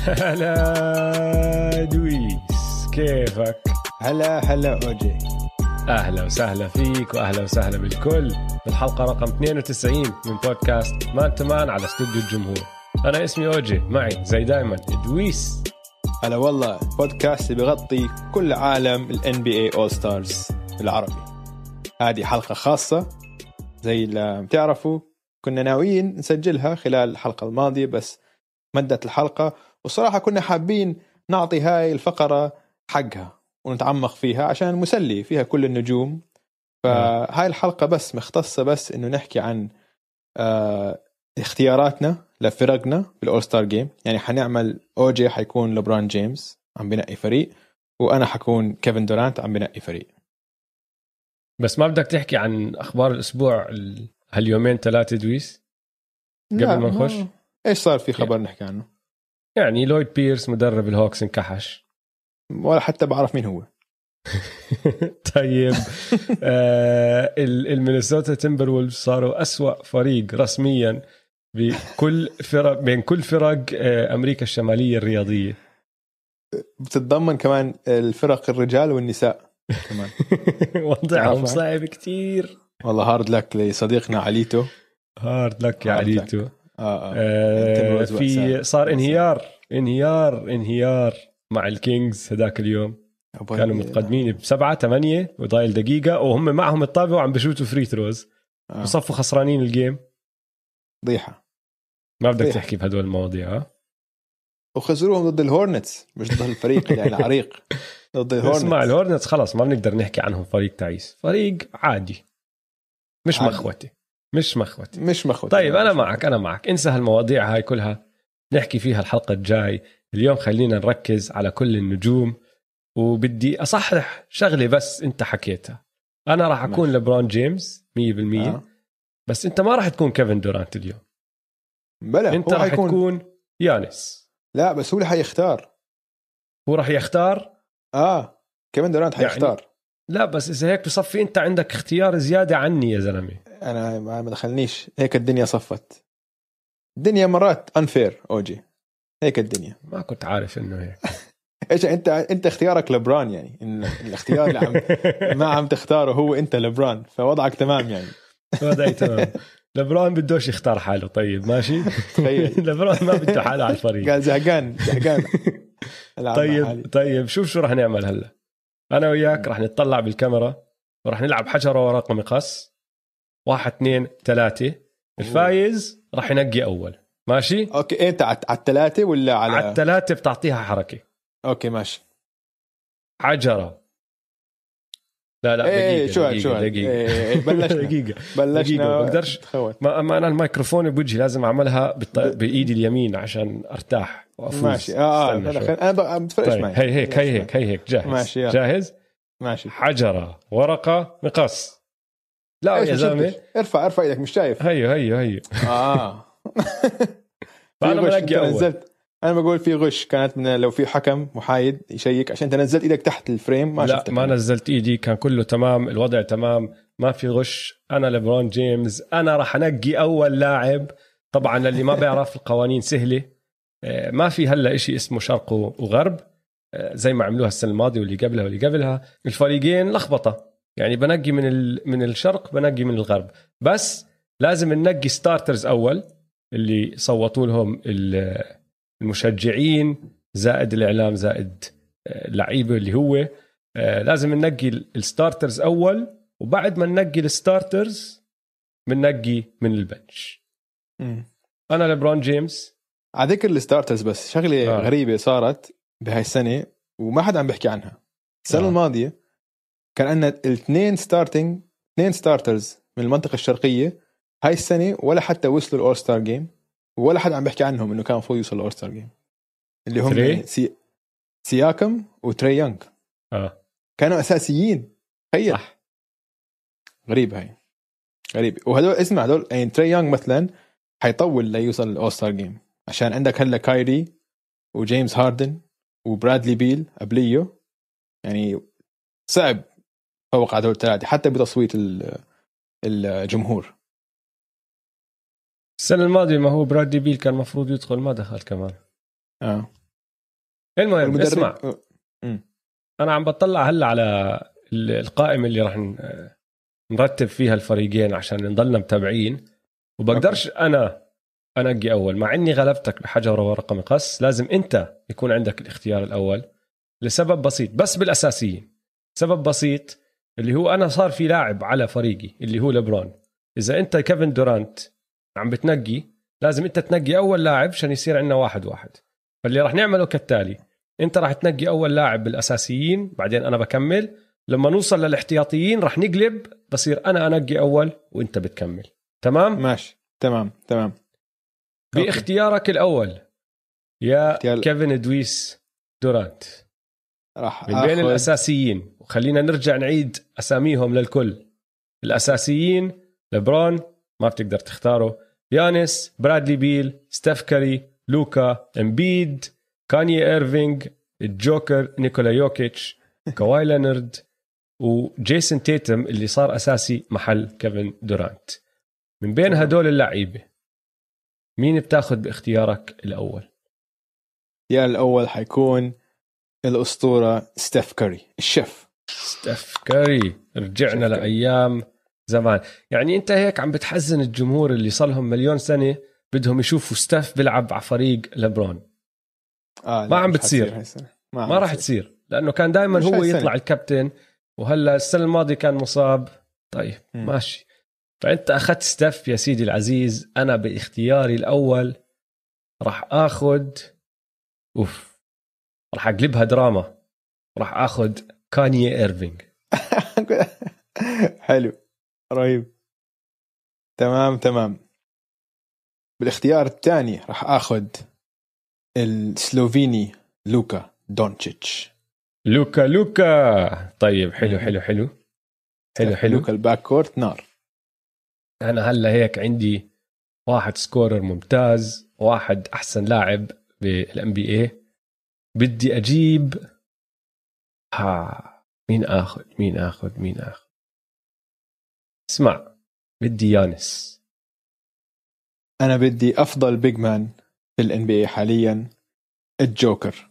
هلا دويس، كيفك؟ هلا أوجي. أهلا وسهلا فيك وأهلا وسهلا بالكل بالحلقة رقم 92 من بودكاست مان تمان على استوديو الجمهور. أنا اسمي أوجي، معي زي دايما دويس. هلا والله، بودكاست بيغطي كل عالم ال NBA All Stars بالعربي. هذه حلقة خاصة زي اللي بتعرفوا، كنا ناويين نسجلها خلال الحلقة الماضية بس مدت الحلقة، وصراحة كنا حابين نعطي هاي الفقرة حقها ونتعمق فيها عشان مسلي فيها كل النجوم. فهاي الحلقة بس مختصة بس إنه نحكي عن اختياراتنا لفرقنا بالأول ستار جيم. يعني حنعمل أوجي حيكون لبران جيمس عم بنقي فريق، وأنا حكون كيفن دورانت عم بنقي فريق. بس ما بدك تحكي عن أخبار الأسبوع هاليومين ثلاثة دويس قبل ما نخش؟ إيش صار في خبر نحكي عنه؟ يعني لويد بيرس مدرب الهوكس انكحش، ولا حتى بعرف مين هو. طيب المينيسوتا تيمبرولفز صاروا أسوأ فريق رسميا بين كل فرق أمريكا الشمالية الرياضية. بتتضمن كمان الفرق الرجال والنساء كمان. وضعهم صعب كتير والله. هارد لك لصديقنا عليتو، هارد لك يا عليتو. في صار انهيار مع الكينجز هداك اليوم. كانوا متقدمين ب7-8 وضايل دقيقة وهم معهم الطابة وعم بشوتوا فري ثروز وصفوا خسرانين الجيم. ضيحة. ما بدك تحكي بهدول المواضيع. وخسروهم ضد الهورنتس، مش ضد الفريق يعني العريق، ضد الهورنتس. اسمع، الهورنتس خلاص ما بنقدر نحكي عنهم فريق تعيس، فريق عادي مش مخوتي. طيب أنا معك انسى هالمواضيع هاي كلها، نحكي فيها الحلقة الجاي. اليوم خلينا نركز على كل النجوم، وبدي أصحح شغلة بس أنت حكيتها. أنا راح أكون لبرون جيمس 100%. بس أنت ما راح تكون كيفن دورانت اليوم. بلا أنت راح تكون يانس. لا بس هو اللي حيختار. هو راح يختار. كيفن دورانت حيختار يعني. لا بس إذا هيك بصفي أنت عندك اختيار زيادة عني يا زلمة. أنا ما دخلنيش هيك، الدنيا صفت. الدنيا مرات unfair أوجي، هيك الدنيا. ما كنت عارف إنه هيك. ايش انت اختيارك لبران، يعني إن الاختيار اللي ما عم تختاره هو انت لبران، فوضعك تمام يعني. وضعي تمام. لبران بدوش يختار حاله. طيب ماشي. تخيل لبران ما بده حاله على الفريق. قال زهقان. طيب شو رح نعمل هلا؟ انا وياك رح نتطلع بالكاميرا ورح نلعب حجرة ورقة مقص. 1 2 3. الفايز رح ينقي اول. ماشي اوكي. انت على 3 ولا على 3 بتعطيها حركة. اوكي ماشي. حجرة. لا دقيقة شو بلشنا بقدرش. ما انا الميكروفون بوجهي لازم اعملها بايدي اليمين عشان ارتاح وافوز. ماشي. انا بتفرقش طيب. معي. هيك جاهز. ماشي جاهز. ماشي. حجرة ورقة مقص. لا يا زلمه ارفع ايدك، مش شايف. هيو فانا بنقي اول. انا بقول في غش كانت من لو في حكم محايد يشيك، عشان انت نزلت ايدك تحت الفريم. لا ما نزلت ايدي، كان كله تمام، الوضع تمام، ما في غش. انا لبرون جيمس، انا راح انقي اول لاعب. طبعا للي ما بيعرف القوانين سهله، ما في هلا إشي اسمه شرق وغرب زي ما عملوها السنه الماضيه واللي قبلها. الفريقين لخبطه، يعني بنقي من الشرق، بنقي من الغرب، بس لازم ننقي ستارترز اول اللي صوتوا لهم المشجعين زائد الإعلام زائد اللعيبة اللي هو لازم ننقي الستارترز أول، وبعد ما ننقي الستارترز بننقي من البنش. أنا لبرون جيمس على ذكر الستارترز، بس شغلة غريبة صارت بهاي السنة وما حدا عم بيحكي عنها. السنة الماضية كان عندنا 2 ستارترز من المنطقة الشرقية. هاي السنة ولا حتى وصلوا الأول ستار جيم، ولا حد عم بيحكي عنهم انه كان المفروض يوصل للأول ستار جيم، اللي هم سياكم وتري يونغ. كانوا اساسيين. تخيل. غريب هاي، غريب. وهدول اسمع، هدول يعني تري يونغ مثلا حيطول ليوصل للأول ستار جيم، عشان عندك هلا كايري وجيمس هاردن وبرادلي بيل قبليه. يعني صعب فوق هدول 3 حتى بتصويت الجمهور. السنة الماضية ما هو برادلي بيل كان مفروض يدخل، ما دخل كمان. المهم اسمع، انا عم بطلع هلا على القائمه اللي راح نرتب فيها الفريقين عشان نضلنا متابعين، وبقدرش انا انقي اول، مع اني غلبتك بحجر ورقه مقص. لازم انت يكون عندك الاختيار الاول لسبب بسيط، بس بالاساسيين سبب بسيط، اللي هو انا صار في لاعب على فريقي اللي هو ليبرون. اذا انت كيفن دورانت عم بتنقي، لازم انت تنقي اول لاعب عشان يصير عندنا 1-1. فاللي راح نعمله كالتالي: انت راح تنقي اول لاعب بالاساسيين، بعدين انا بكمل. لما نوصل للاحتياطيين راح نقلب، بصير انا انقي اول وانت بتكمل. تمام؟ ماشي تمام. باختيارك الاول يا كيفن دويس دورانت راح من بين الاساسيين، وخلينا نرجع نعيد اساميهم للكل. الاساسيين: ليبرون ما بتقدر تختاره، يانس، برادلي بيل، ستيف كاري، لوكا، امبيد، كاني إيرفينغ، الجوكر نيكولا يوكيتش، كواي لينارد، وجيسون تيتم اللي صار أساسي محل كيفن دورانت. من بين هدول اللعيبة مين بتاخد باختيارك الأول؟ يا الأول حيكون الأسطورة ستيف كاري، الشيف ستيف كاري. رجعنا لأيام زمان. يعني أنت هيك عم بتحزن الجمهور اللي صار لهم 1,000,000 سنة بدهم يشوفوا ستيف بيلعب على فريق ليبرون. ما عم بتصير، ما راح تصير، لأنه كان دائما هو يطلع الكابتن، وهلا السنة الماضية كان مصاب. طيب ماشي، فأنت أخذت ستيف يا سيدي العزيز. أنا باختياري الأول راح أخذ راح أقلبها دراما، راح أخذ كاني إيرفينغ. حلو، رهيب. تمام. بالاختيار الثاني راح أخذ السلوفيني لوكا دونتشيتش. لوكا. طيب حلو. لوكا الباك كورت نار. أنا هلا هيك عندي واحد سكورر ممتاز، واحد أحسن لاعب بالNBA. بدي أجيب مين آخذ؟ اسمع، بدي يانس. أنا بدي أفضل بيج مان في الNBA حاليا، الجوكر.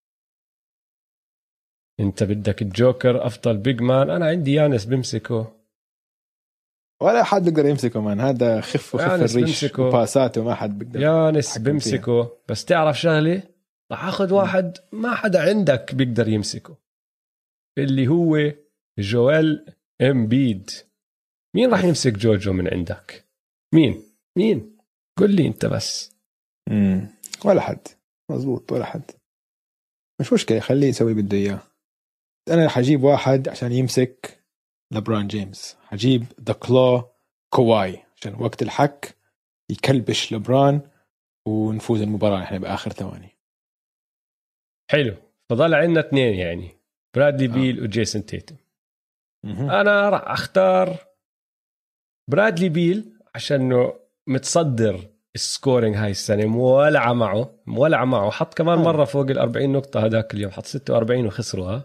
انت بدك الجوكر افضل بيج مان، انا عندي يانس بمسكه، ولا حد بيقدر يمسكه مان. هذا خف الريش وباساته ما حد بيقدر. يانس بمسكه فيها. بس تعرف شغله، راح اخذ واحد ما حدا عندك بيقدر يمسكه، اللي هو جويل امبيد. مين راح يمسك جوجو من عندك؟ مين قل لي انت بس. ولا حد. مزبوط، ولا حد. مش مشكلة، خليه يسوي بده إياه. أنا حجيب واحد عشان يمسك لبران جيمس، حجيب ذا كلو كواي عشان وقت الحك يكلبش لبران ونفوز المباراة إحنا بآخر ثواني. حلو، فضل عندنا 2 يعني، برادلي بيل وجيسون تيتم. أنا راح أختار برادلي بيل عشانه متصدر السكورينج هاي السنة، مولعة معه. حط كمان مرة فوق 40 نقطة هداك اليوم، حط 46 وخسروها.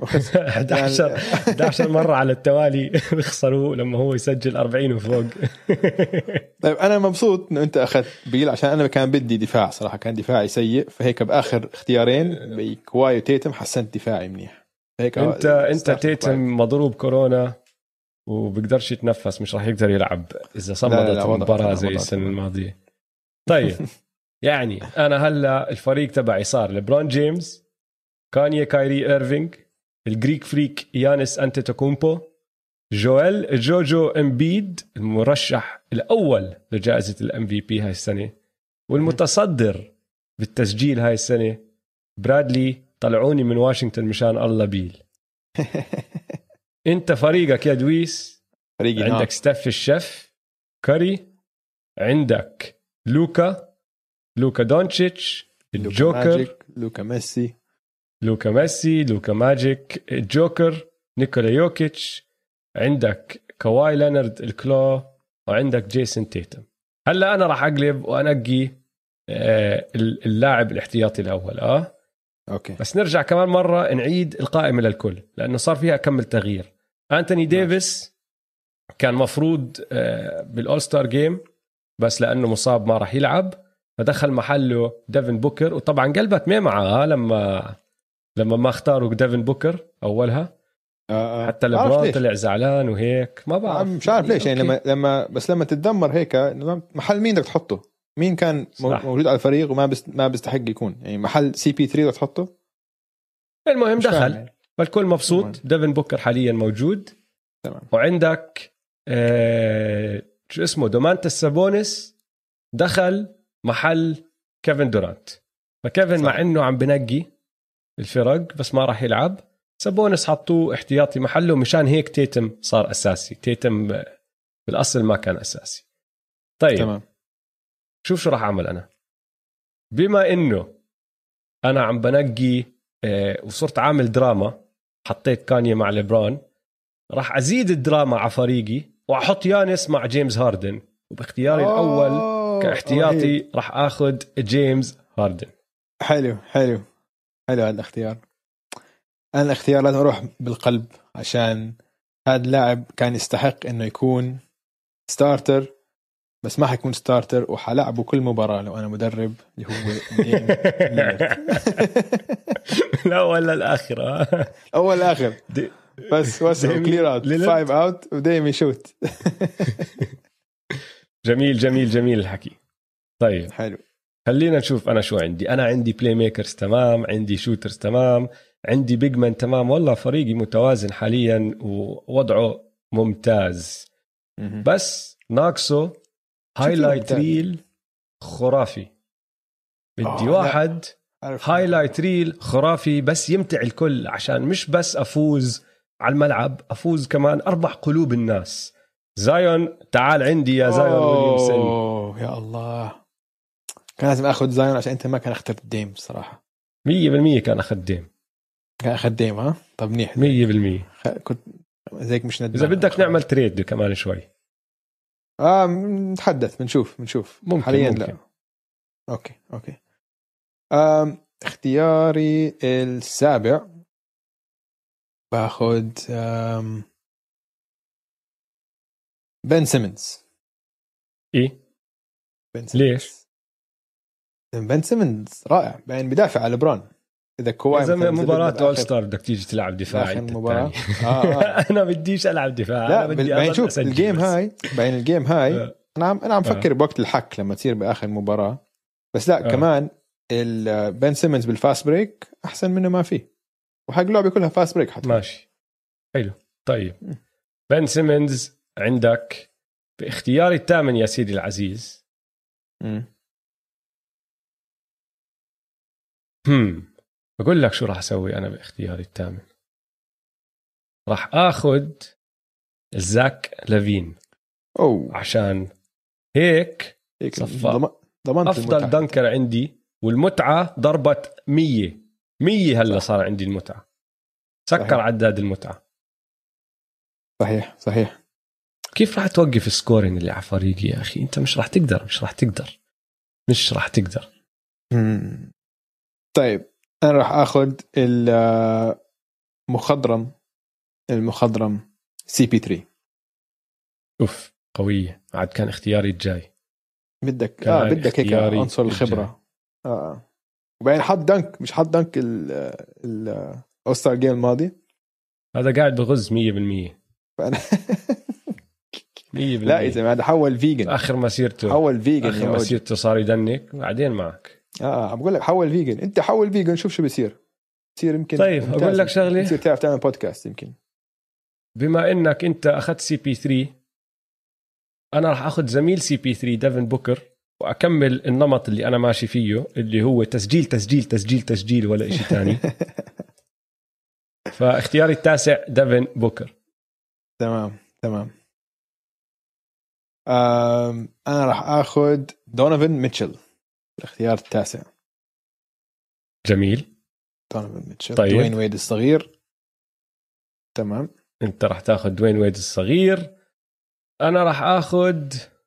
11 مرة على التوالي بيخسروا لما هو يسجل 40 وفوق. طيب أنا مبسوط إنه أنت أخذت بيل، عشان أنا كان بدي دفاع صراحة، كان دفاعي سيء، فهيك بآخر اختيارين بكواي وتيتم حسنت دفاعي منيح. هيك أنت تيتم مضروب كورونا وبقدرش يتنفس، مش راح يقدر يلعب إذا صمدت المباراة زي السنة الماضية. طيب يعني أنا هلا الفريق تبعي صار ليبرون جيمس، كاني كايري إيرفينغ، الجريك فريك يانس أنتيتوكومبو، جوجو امبيد المرشح الأول لجائزة الMVP هاي السنة، والمتصدر بالتسجيل هاي السنة برادلي طلعوني من واشنطن مشان الله بيل. انت فريقك يا دويس، فريقي عندك ستيف الشيف كاري، عندك لوكا دونتشيتش، الجوكر لوكا ميسي، لوكا ماجيك، الجوكر نيكولا يوكيتش، عندك كواي لينارد الكلو، وعندك جيسون تيتم. هلا انا راح اقلب وانقي اللاعب الاحتياطي الاول. اوكي، بس نرجع كمان مرة نعيد القائمة للكل لأنه صار فيها كم تغيير. أنتوني ديفيس كان مفروض بالأول ستار جيم، بس لأنه مصاب ما راح يلعب. فدخل محله ديفن بوكر، وطبعا قلبت ما معها لما ما اختاروا ديفن بوكر اولها. حتى لبرون طلع زعلان وهيك، ما بعرف مش عارف ليش يعني لما تتدمر هيك محل مين بدك تحطه؟ مين كان موجود على الفريق وما بيستحق يكون يعني محل CP3 بدك تحطه؟ المهم دخل فالكل مبسوط. ديفن بوكر حاليا موجود. تمام. وعندك شو اسمه دومانتس سابونس دخل محل كيفن دورانت. فكيفن صح. مع انه عم بنقي الفرق بس ما راح يلعب، سابونس حطوه احتياطي محله، مشان هيك تيتم صار اساسي. تيتم بالاصل ما كان اساسي. طيب تمام. شو راح اعمل انا بما انه انا عم بنقي وصرت عامل دراما، حطيت كانيا مع ليبرون، راح ازيد الدراما على فريقي واحط يانس مع جيمس هاردن، وباختياري الاول كاحتياطي راح اخذ جيمس هاردن. حلو هذا الاختيار. انا الاختيار لازم اروح بالقلب، عشان هذا اللاعب كان يستحق انه يكون ستارتر، بس ما حيكون ستارتر، وحلعبه كل مباراة لو أنا مدرب اللي هو لا ولا الآخر أول الآخر بس وسع كلير أوت 5 أوت ودايم يشوت. جميل الحكي. طيب حلو، خلينا نشوف أنا شو عندي. أنا عندي بلاي ميكرز تمام، عندي شوترز تمام، عندي بيج مان تمام. والله فريقي متوازن حاليا ووضعه ممتاز، بس ناقصه هايلايت ريل خرافي. بدي واحد هايلايت ريل خرافي بس يمتع الكل، عشان مش بس أفوز على الملعب، أفوز كمان أربح قلوب الناس. زايون تعال عندي يا زايون ويليامسون. يا الله، كان لازم أخذ زايون عشان أنت ما كان اخترت ديم صراحة. 100% كان أخذ ديم. ها طب منيح 100%. كنت زيك مش ندمان. إذا بدك نعمل تريد كمان شوي نتحدث بنشوف ممكن حاليا ممكن. لا اوكي اختياري السابع باخذ بن سيمنز. ايه بن سيمنز. ليش؟ بن سيمنز رائع، يعني بدافع على لبران. اذا كواي إذا مباراة أول ستار بدك تيجي تلعب دفاع انت الثاني. انا بديش العب دفاع. لا بدي شوف الجيم هاي بين الجيم هاي انا عم فكر بوقت الحك لما تصير باخر مباراة، بس لا كمان بن سيمنز بالفاست بريك احسن منه ما فيه، وحق لعبه كلها فاست بريك حتى. ماشي حلو. طيب بن سيمنز عندك باختياري الثامن يا سيدي العزيز. بقول لك شو راح اسوي انا باختياري الثامن. راح اخذ زاك لافين. عشان هيك ضمنت افضل دنكر عندي، والمتعه ضربت 100 هلا صار عندي المتعه، سكر عداد المتعه. صحيح. كيف راح توقف السكورين اللي على فريقي يا اخي؟ انت مش راح تقدر. طيب انا راح اخذ المخضرم CP3. اوف قويه، عاد كان اختياري الجاي. بدك هيك عنصر الخبره. وبعدين حط دنك، مش حط دنك الأوستار جيم الماضي. هذا قاعد بغز 100%. فأنا 100%. لا إذا هذا حول فيجن آخر مسيرته، آخر مسيرته صار يدنك بعدين معك. عم بقول لك حول فيجن. أنت حول فيجن شوف شو بيصير يمكن. طيب أقول لك شغلة، تصير تعرف تعمل بودكاست يمكن. بما إنك أنت أخذت CP3، أنا راح أخذ زميل CP3 ديفن بوكر، وأكمل النمط اللي أنا ماشي فيه اللي هو تسجيل ولا إشي تاني. فاختياري التاسع ديفن بوكر. تمام. أنا راح أخذ دونوفن ميتشل الاختيار التاسع. جميل. دونوفن ميتشل. طيب. دوين ويد الصغير. تمام. أنت راح تأخذ دوين ويد الصغير. أنا راح أخذ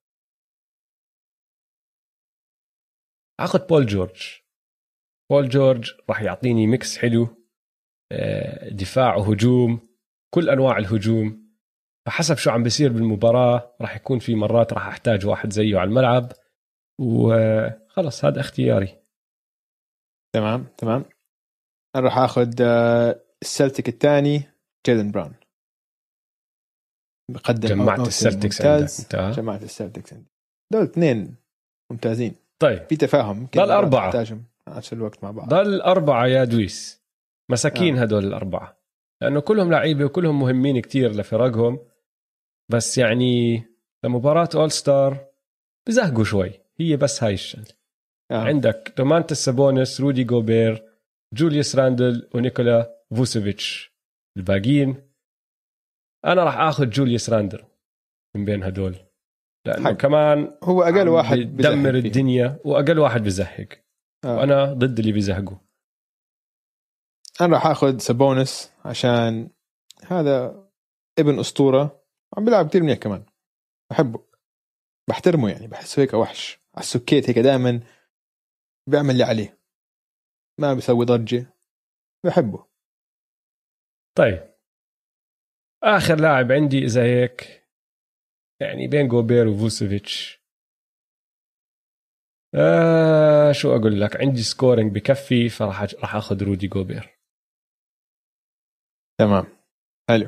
بول جورج راح يعطيني ميكس حلو، دفاع وهجوم، كل أنواع الهجوم. فحسب شو عم بيصير بالمباراة راح يكون في مرات راح أحتاج واحد زيه على الملعب، خلص هذا اختياري. تمام انا راح اخذ السلتيك الثاني جيلن براون. بقدم جمعت السلتكس عندك. جمعت السلتكس عندي. دول اثنين ممتازين. طيب في تفاهم. ضل 4 نحتاجهم عشان الوقت مع بعض. ضل 4 يا دويس. مساكين هدول ال4 لأنه كلهم لعيبة وكلهم مهمين كتير لفرقهم، بس يعني لمباراة أول ستار بزهقوا شوي. هي بس هاي الشغل. عندك دومانتس سابونس، رودي جوبير، جوليوس راندل ونيكولا فوسيفيتش. الباقيين أنا راح أخذ جوليوس راندل من بين هدول، لأنه كمان هو أقل واحد بدمر الدنيا وأقل واحد بزهق. وأنا ضد اللي بزهقوا. أنا راح أخذ سابونس عشان هذا ابن أسطورة، عم بيلعب كتير منيح كمان، بحبه بحترمه، يعني بحسه هيك وحش على السكيت هيك دائما بيعمل اللي عليه، ما بيسوي ضجة، بحبه. طيب آخر لاعب عندي إذا هيك يعني بين جوبير وفوسيفيتش. شو أقول لك، عندي سكورينج بكفي، فراح أخذ رودي جوبير. تمام حلو.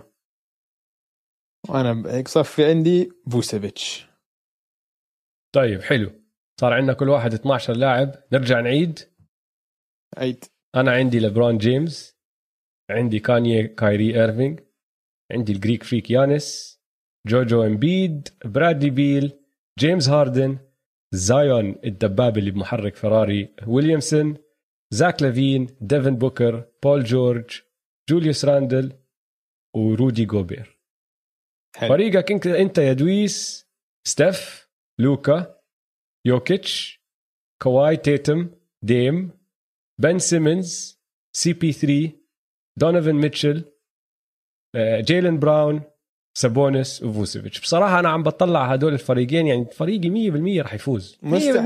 وأنا هيك صفي عندي فوسيفيتش. طيب حلو، صار عندنا كل واحد 12 لاعب. نرجع نعيد. أنا عندي لبرون جيمس، عندي كايري إيرفينغ، عندي الجريك فريك يانس، جوجو امبيد، برادلي بيل، جيمس هاردن، زايون الدباب اللي بمحرك فراري، ويليامسون، زاك لافين، ديفن بوكر، بول جورج، جوليوس راندل ورودي جوبير. حلو. فريقك انت يا دويس: ستيف، لوكا، يوكيتش، كواي تيتم، ديم، بن سيمنز، CP3، دونيفن ميتشل، جيلن براون، سابونس وفوسيفيتش. بصراحة أنا عم بطلع هدول الفريقين، يعني فريقي 100% رح يفوز.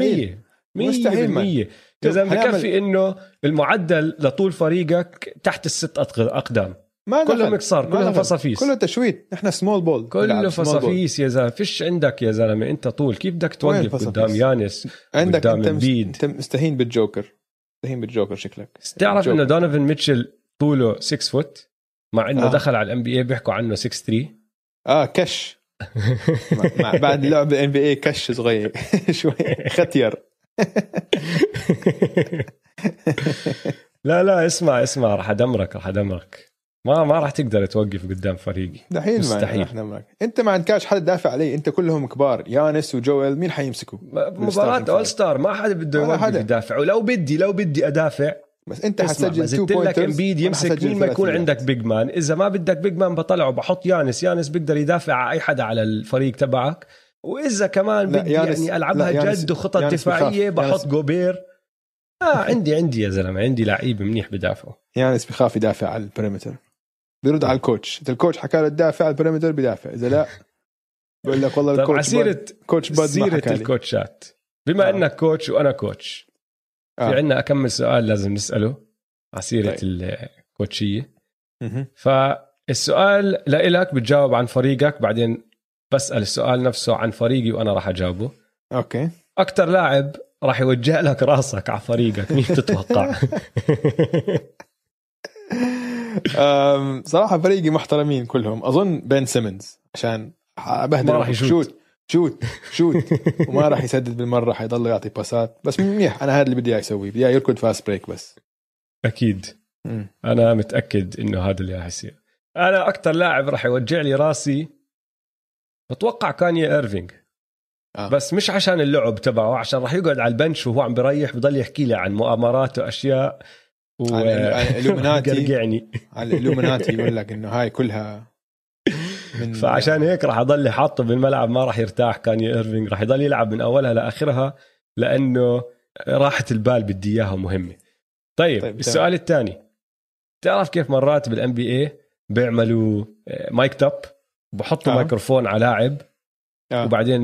100%. إذا بكفي إنه المعدل لطول فريقك تحت ال6 أقدام، كله مكسار، كله فصافيس، كله تشويت. إحنا سمول بول، كله فصافيس يا زلمة. فيش عندك يا زلمة أنت طول، كيف بدك توقف قدام يانس؟ عندك قدام امبيد. أنت مستهين بالجوكر، شكلك. تعرف إنه دونيفن ميتشل طوله 6 فوت، مع إنه دخل على NBA بيحكوا عنه 6'3". كش بعد لعب NBA كش صغير شوي ختير. لا اسمع راح أدمرك. ما راح تقدر توقف قدام فريقي، مستحيل. انت ما عندكش حد دافع عليه، انت كلهم كبار، يانس وجويل، مين حيمسكوا مباراة أول ستار؟ ما حدا بده يوقف يدافع. ولو بدي أدافع، بس انت حتسجل 2 بوينترز. لك امبيد يمسك مين ما يكون عندك بيج مان. اذا ما بدك بيج مان بطلعه بحط يانس بيقدر يدافع على اي حدا على الفريق تبعك. واذا كمان بدي يعني العبها جد وخطط دفاعيه بحط جوبير. عندي يا زلمه، عندي لعيب منيح بدافعه. يانس بخاف يدافع على البريمتر، بيرد على الكوتش. الكوتش حكى له تدافع على البريمتر، بدافع. اذا لا بقول لك والله الكوتش كوتش بود ما حكى لي. الكوتشات، بما انك كوتش وانا كوتش، في عنا أكمل سؤال لازم نسأله عسيرة الكوتشية. فالسؤال لإلك بتجاوب عن فريقك، بعدين بسأل السؤال نفسه عن فريقي وأنا راح أجاوبه. أوكي. أكتر لاعب راح يوجه لك راسك على فريقك مين تتوقع؟ صراحة فريقي محترمين كلهم. أظن بن سيمنز، عشان ما راح يشوت وما راح يسدد بالمرة، حيضل يعطي باسات بس منيح. أنا هذا اللي بدي أسويه، بدي يركض فاست بريك بس. أكيد. أنا متأكد إنه هذا اللي راح يصير. أنا أكتر لاعب راح يوجع لي راسي بتوقع كاني إيرفينغ. بس مش عشان اللعب تبعه، عشان راح يقعد على البنش وهو عم بريح، بضل يحكي لي عن مؤامرات وأشياء عن الإلوميناتي على الإلوميناتي يقول لك إنه هاي كلها فعشان هيك راح أضل حاطه بالملعب، ما راح يرتاح. كاني إيرفينغ راح يضل يلعب من أولها لآخرها، لأنه راحة البال بدي إياها مهمة. طيب السؤال الثاني: تعرف كيف مرات بالNBA بيعملوا مايك توب، بحطوا ميكروفون على لاعب وبعدين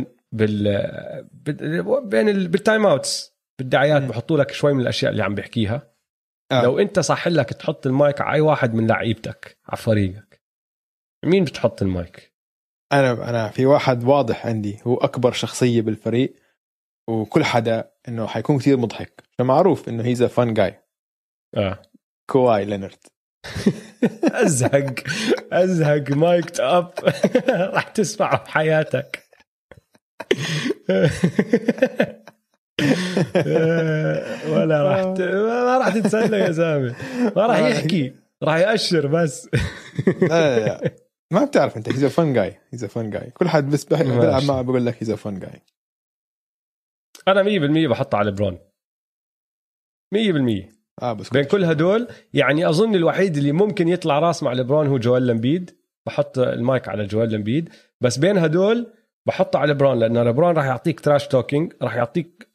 بالتايم اوتس بالدعايات بحطوا لك شوي من الأشياء اللي عم بحكيها. لو أنت صح لك تحط المايك على أي واحد من لعيبتك على فريقك، مين بتحط المايك؟ أنا في واحد واضح عندي، هو أكبر شخصية بالفريق، وكل حدا انه حيكون كتير مضحك، فمعروف انه هيز فان جاي. كواي لينارد. ازهق مايكت اب. راح تسمعه بحياتك. ولا ما راح تتسلى يا زلمه، ما راح يحكي، راح يأشر بس. لا ما بتعرف انت، هيز فان جاي. كل حد بس بيلعب معه بقول لك هيز فان جاي. انا 100% بحطه على ليبرون 100%. بس بين كل هدول يعني اظن الوحيد اللي ممكن يطلع راس مع ليبرون هو جويل امبيد. بحط المايك على جويل امبيد، بس بين هدول بحطه على ليبرون، لانه ليبرون راح يعطيك تراش توكينج، راح يعطيك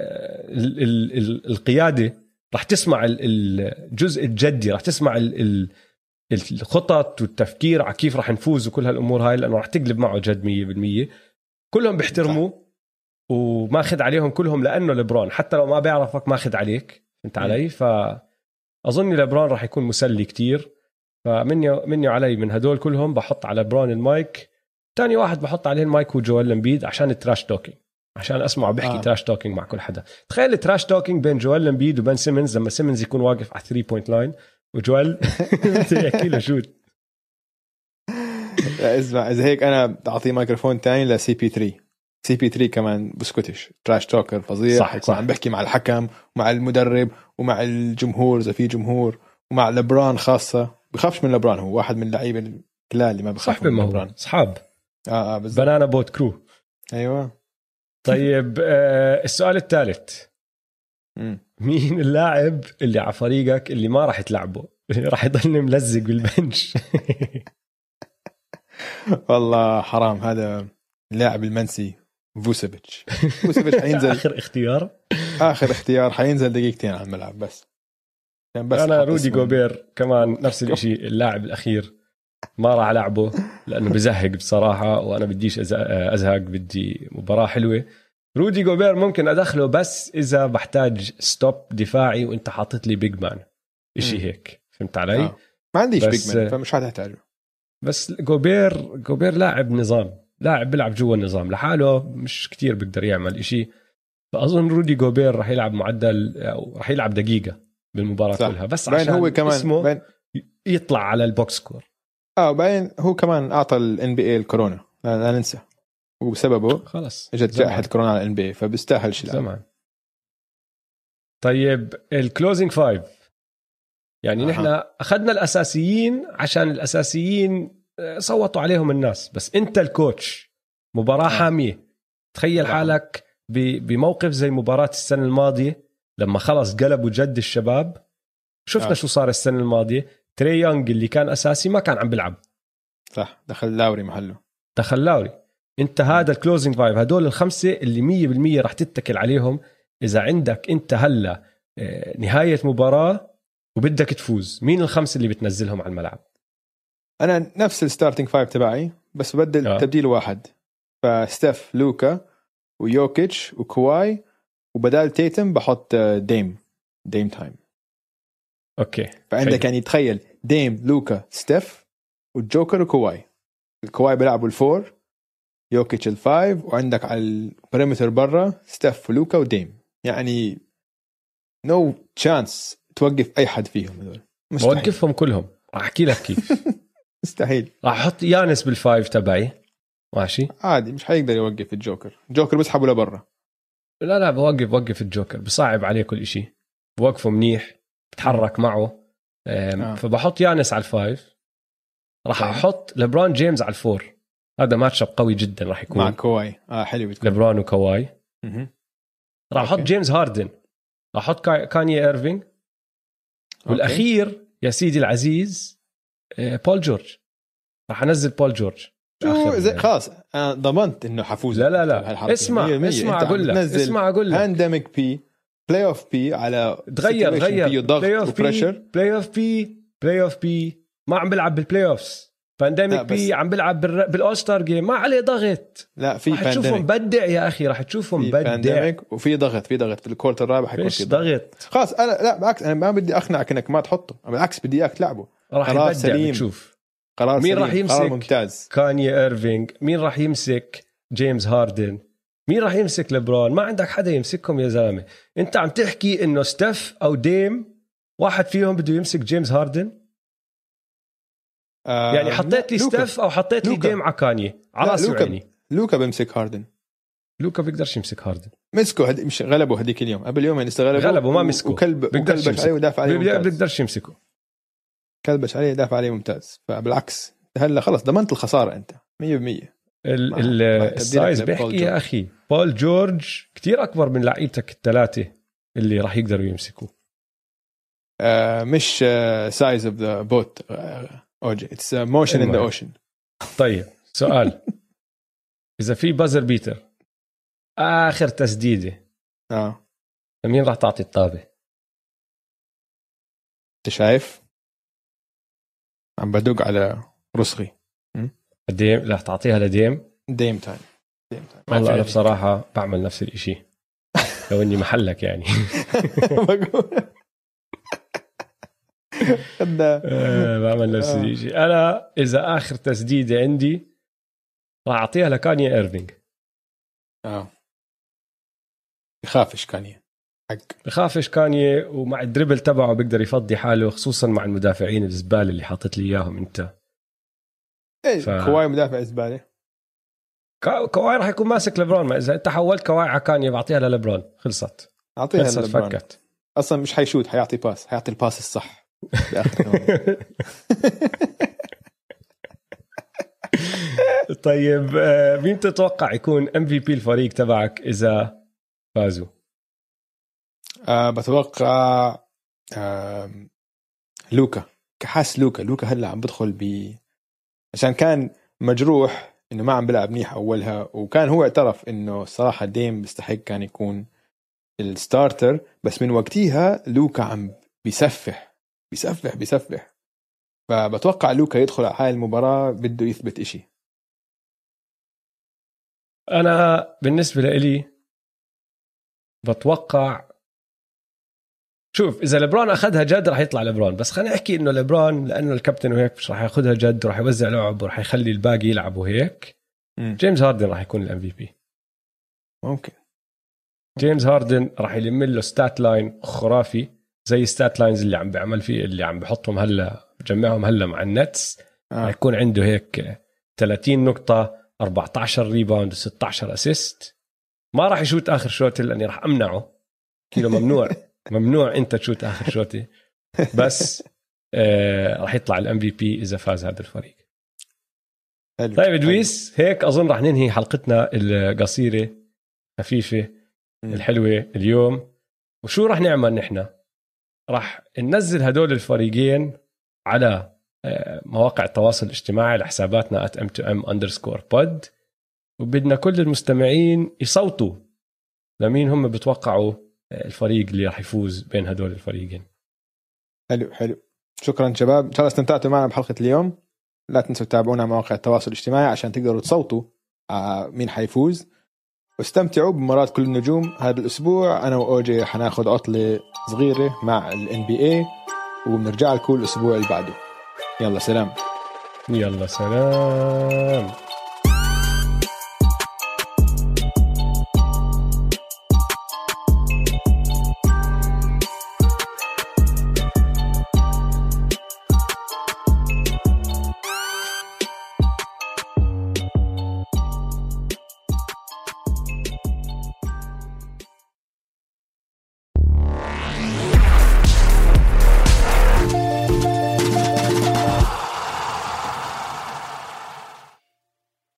القياده، راح تسمع الجزء الجدي، راح تسمع الخطط والتفكير على كيف راح نفوز وكل هالامور هاي، لانه راح تقلب معه جد 100%. كلهم بيحترموه وماخذ عليهم كلهم، لانه ليبرون حتى لو ما بيعرفك ماخذ عليك، انت علي. فاظن ليبرون راح يكون مسلي كتير. فمني علي من هدول كلهم بحط على ليبرون المايك. تاني واحد بحط عليه المايك هو جويل امبيد، عشان التراش توكينج، عشان اسمعه بيحكي تراش توكينج مع كل حدا. تخيل التراش توكينج بين جويل امبيد وبين سيمنز، لما سيمنز يكون واقف على 3 بوينت لاين وجويل يحكي له شوت. اسمع، اذا هيك انا بعطيه ميكروفون تاني لسي بي 3. سي بي 3 كمان بسكوتش تراش توكر فظيع. صح. عم بحكي مع الحكم ومع المدرب ومع الجمهور اذا في جمهور، ومع لبران خاصه. بخافش من لبران، هو واحد من اللعيبه القلال اللي ما بخاف من لبران. اصحاب بنانا بوت كرو. ايوه. طيب السؤال الثالث، مين اللاعب اللي على فريقك اللي ما راح تلعبه، راح يضل ملزق بالبنش؟ والله حرام، هذا اللاعب المنسي فوسيفيتش حينزل. اخر اختيار حينزل دقيقتين على الملعب بس انا رودي جوبير كمان نفس الشيء. اللاعب الاخير ما راح العبه لانه بزهق بصراحه، وانا بديش ازهق، بدي مباراه حلوه. رودي جوبير ممكن ادخله بس اذا بحتاج ستوب دفاعي وانت حاطط لي بيج مان، اشي هيك، فهمت علي؟ ما عنديش بيج مان فمش هتحتاجه. بس جوبير لاعب نظام، لاعب بيلعب جوا النظام لحاله، مش كتير بيقدر يعمل اشي. فاظن رودي جوبير راح يلعب معدل او راح يلعب دقيقه بالمباراه كلها، بس عشان هو كمان اسمه يطلع على البوكس سكور. باين هو كمان اعطى الان بي اي الكورونا، لا ننسى، وبسببه خلص اجت جائحه كورونا على الان بي اي، فبيستاهل شيء زمان. طيب الكلوزنج 5 يعني نحن اخذنا الاساسيين عشان الاساسيين صوتوا عليهم الناس، بس انت الكوتش، مباراه حاميه. تخيل حالك بموقف زي مباراه السنه الماضيه لما خلص قلبوا جد الشباب. شفنا شو صار السنه الماضيه، تري يونغ اللي كان اساسي ما كان عم بيلعب، صح، دخل لاوري محله. انت هذا الكلوزنج 5، هدول الخمسه اللي 100% راح تتكل عليهم اذا عندك انت هلا نهايه مباراه وبدك تفوز. مين الخمسه اللي بتنزلهم على الملعب؟ انا نفس الستارتنج 5 تبعي، بس بدل تبديل واحد، فستيف، لوكا، ويوكيتش، وكواي، وبدال تيتم بحط ديم تايم. اوكي، فعندك يعني تخيل ديم، لوكا، ستيف، والجوكر، وكواي. الكواي بيلعبوا الفور، يوكيتش الفايف، وعندك على البريمتر برا ستيف ولوكا وديم. يعني نو تشانس توقف اي حد فيهم هذول، بوقفهم كلهم. راح احكي لك كيف. مستحيل. راح احط يانس بالفايف تبعي، ماشي عادي، مش حيقدر يوقف الجوكر بسحبه لبرا. لا بوقف الجوكر، بصعب عليه كل إشي، بوقفه منيح، بتحرك معه. فبحط يانس على الفايف. راح احط ليبرون جيمس على الفور. هذا ماتشاب قوي جدا راح يكون مع كواي. حلو بتكون ليبرون وكواي. راح احط جيمس هاردن، راح احط كاني ايرفينج، والاخير يا سيدي العزيز بول جورج. راح انزل بول جورج خلاص. انا ضمنت انه حفوز. لا اسمع اقول لك بانديميك بي، بلاي اوف بي، على غير ضغط وبريشر. بلاي اوف بي ما عم بلعب بالبلاي اوفز. بانديميك بي عم بلعب بالاول ستار جيم، ما عليه ضغط. لا، في راح تشوفهم مبدع يا اخي، راح تشوفهم مبدع. وفي ضغط في الكورت الرابع حيكون في ضغط. خلاص انا لا بالعكس، انا ما بدي اقنعك انك ما تحطه، بالعكس بدي اياك تلعبه. راح يبدع. بتشوف قرار مين راح يمسك ممتاز. كاني ايرفينج، مين راح يمسك جيمس هاردن، مين راح يمسك ليبرون؟ ما عندك حدا يمسكهم يا زلمه. انت عم تحكي انه ستيف او ديم واحد فيهم بده يمسك جيمس هاردن؟ يعني حطيت لي ستيف او حطيت لي ديم عكاني على راسي وعيني. لوكا بيمسك هاردن. لوكا بيقدرش يمسك هاردن. مسكوا مش غلبوا هذيك اليوم، قبل يومين غلبوا ما مسكوا، وكلبش عليه ودافع عليه ممتاز. بيقدرش يمسكه، كلبش عليه دافع عليه ممتاز. فبالعكس هلا خلص ضمنت الخساره انت 100%. السايز بيحكي يا اخي بول جورج كتير اكبر من لعيبتك الثلاثه اللي راح يقدروا يمسكوا. مش سايز اوف ذا بوت اوجي، اتس موشن ان ذا اوشن. طيب سؤال اذا في بازر بيتر اخر تسديده مين راح تعطي الطابه؟ انت شايف عم بدق على رسغي. ديم راح تعطيها لديم. ديم تايم. والله انا بصراحه بعمل نفس الاشي لو اني محلك يعني. بعمل نفس الشيء. انا اذا اخر تسديده عندي راح اعطيها لكانيا ايرفينج. بخافش كانيا، بخافش كانيا، ومع الدريبل تبعه بيقدر يفضي حاله، خصوصا مع المدافعين الزباله اللي حاطت لي اياهم انت. كواي مدافع زباله. كواي راح يكون ماسك ليبرون. ما اذا انت حولت كواي على كانيا بعطيها لليبرون. خلصت اعطيها لليبرون. فكت اصلا مش حيشوت، حيعطي باس، حيعطي الباس الصح باخر. طيب مين تتوقع يكون MVP الفريق تبعك اذا فازوا؟ بتوقع لوكا. كحاس لوكا هلا عم بدخل عشان كان مجروح انه ما عم بلعب منيح اولها، وكان هو اعترف انه الصراحه ديم بيستحق كان يكون الستارتر، بس من وقتها لوكا عم بيسفح. فبتوقع لوكا يدخل على هاي المباراة بده يثبت إشي. أنا بالنسبة لي بتوقع، شوف إذا ليبرون أخذها جد راح يطلع ليبرون، بس خلينا نحكي إنه ليبرون لأنه الكابتن وهيك مش راح ياخذها جد، وراح يوزع لعب وراح يخلي الباقي يلعبوا هيك. جيمس هاردن راح يكون MVP. ممكن جيمس هاردن راح يلم له ستات لاين خرافي زي ستات لاينز اللي عم بيعمل فيه، اللي عم بحطهم هلا بجمعهم هلا مع النتس. راح يكون عنده هيك 30 نقطة 14 ريباوند و16 اسيست. ما راح يشوت آخر شوتي لأني راح أمنعه، كيلو ممنوع أنت تشوت آخر شوتي، بس راح يطلع الMVP إذا فاز هذا الفريق. طيب إدويس، هيك أظن راح ننهي حلقتنا القصيرة خفيفة الحلوة اليوم. وشو راح نعمل نحن؟ راح ننزل هدول الفريقين على مواقع التواصل الاجتماعي على حساباتنا @m2m_pod، وبدنا كل المستمعين يصوتوا لمين هم بتوقعوا الفريق اللي راح يفوز بين هدول الفريقين. حلو. شكرا شباب، ان شاء الله استمتعتوا معنا بحلقة اليوم. لا تنسوا تتابعونا على مواقع التواصل الاجتماعي عشان تقدروا تصوتوا مين حيفوز، واستمتعوا بمباراة كل النجوم. هذا الأسبوع أنا وأوجي حناخد عطلة صغيرة مع NBA، وبنرجع لكم الأسبوع اللي بعده. يلا سلام.